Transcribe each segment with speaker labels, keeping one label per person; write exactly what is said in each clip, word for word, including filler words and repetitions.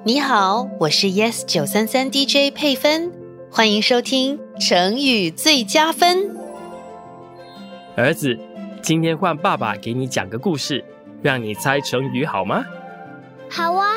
Speaker 1: 你好，我是 Yes 九三三 D J 佩芬，欢迎收听成语最佳分。
Speaker 2: 儿子，今天换爸爸给你讲个故事，让你猜成语好吗？
Speaker 3: 好啊。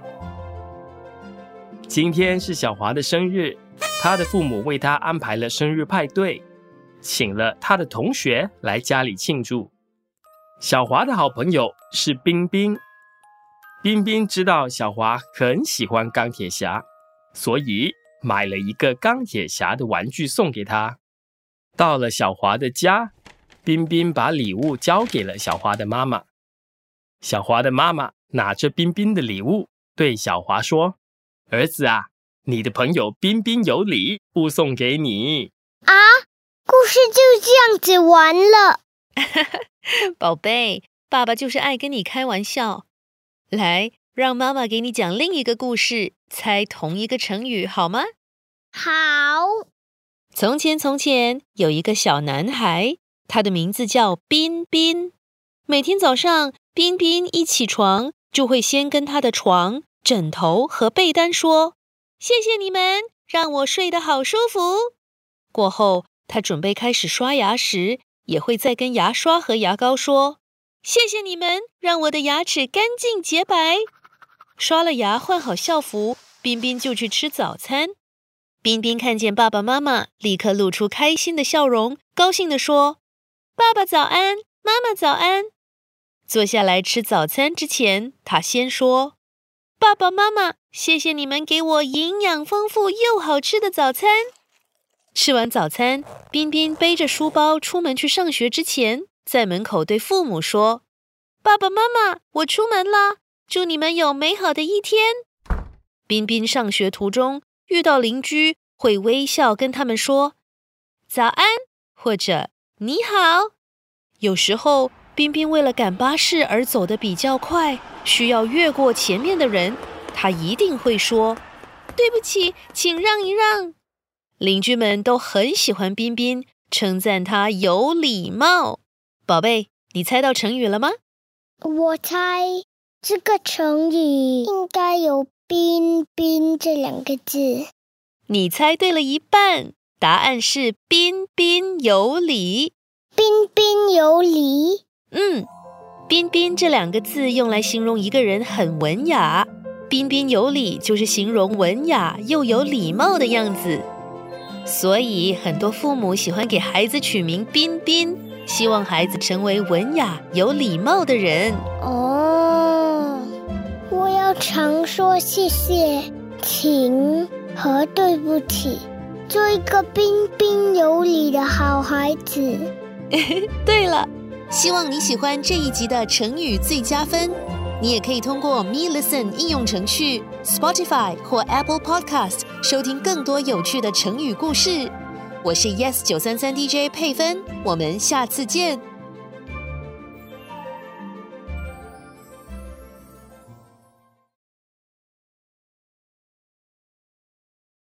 Speaker 2: 今天是小华的生日，他的父母为他安排了生日派对，请了他的同学来家里庆祝。小华的好朋友是冰冰，冰冰知道小华很喜欢钢铁侠，所以买了一个钢铁侠的玩具送给他。到了小华的家，冰冰把礼物交给了小华的妈妈。小华的妈妈拿着冰冰的礼物，对小华说：儿子啊，你的朋友冰冰有礼物送给你。
Speaker 3: 啊，故事就这样子完了。
Speaker 1: 宝贝，爸爸就是爱跟你开玩笑。来，让妈妈给你讲另一个故事，猜同一个成语好吗？
Speaker 3: 好。
Speaker 1: 从前从前有一个小男孩，他的名字叫彬彬。每天早上，彬彬一起床就会先跟他的床、枕头和被单说：谢谢你们，让我睡得好舒服。过后，他准备开始刷牙时，也会再跟牙刷和牙膏说：谢谢你们，让我的牙齿干净洁白。刷了牙，换好校服，彬彬就去吃早餐。彬彬看见爸爸妈妈，立刻露出开心的笑容，高兴地说：爸爸早安，妈妈早安。坐下来吃早餐之前，他先说：爸爸妈妈，谢谢你们给我营养丰富又好吃的早餐。吃完早餐，彬彬背着书包出门去上学之前，在门口对父母说：爸爸妈妈，我出门了，祝你们有美好的一天。彬彬上学途中遇到邻居，会微笑跟他们说早安或者你好。有时候彬彬为了赶巴士而走得比较快，需要越过前面的人，他一定会说：对不起，请让一让。邻居们都很喜欢彬彬，称赞他有礼貌。宝贝，你猜到成语了吗？
Speaker 3: 我猜这个成语应该有彬彬这两个字。
Speaker 1: 你猜对了一半，答案是彬彬有礼。
Speaker 3: 彬彬有礼？
Speaker 1: 嗯，彬彬这两个字用来形容一个人很文雅，彬彬有礼就是形容文雅又有礼貌的样子。所以很多父母喜欢给孩子取名彬彬，希望孩子成为文雅有礼貌的人。
Speaker 3: 哦，我要常说谢谢、请和对不起，做一个彬彬有礼的好孩子。
Speaker 1: 对了，希望你喜欢这一集的成语最佳分。你也可以通过 Me Listen 应用程序、Spotify 或 Apple Podcast 收听更多有趣的成语故事。我是 Yes 九三三 D J 佩芬，我们下次见。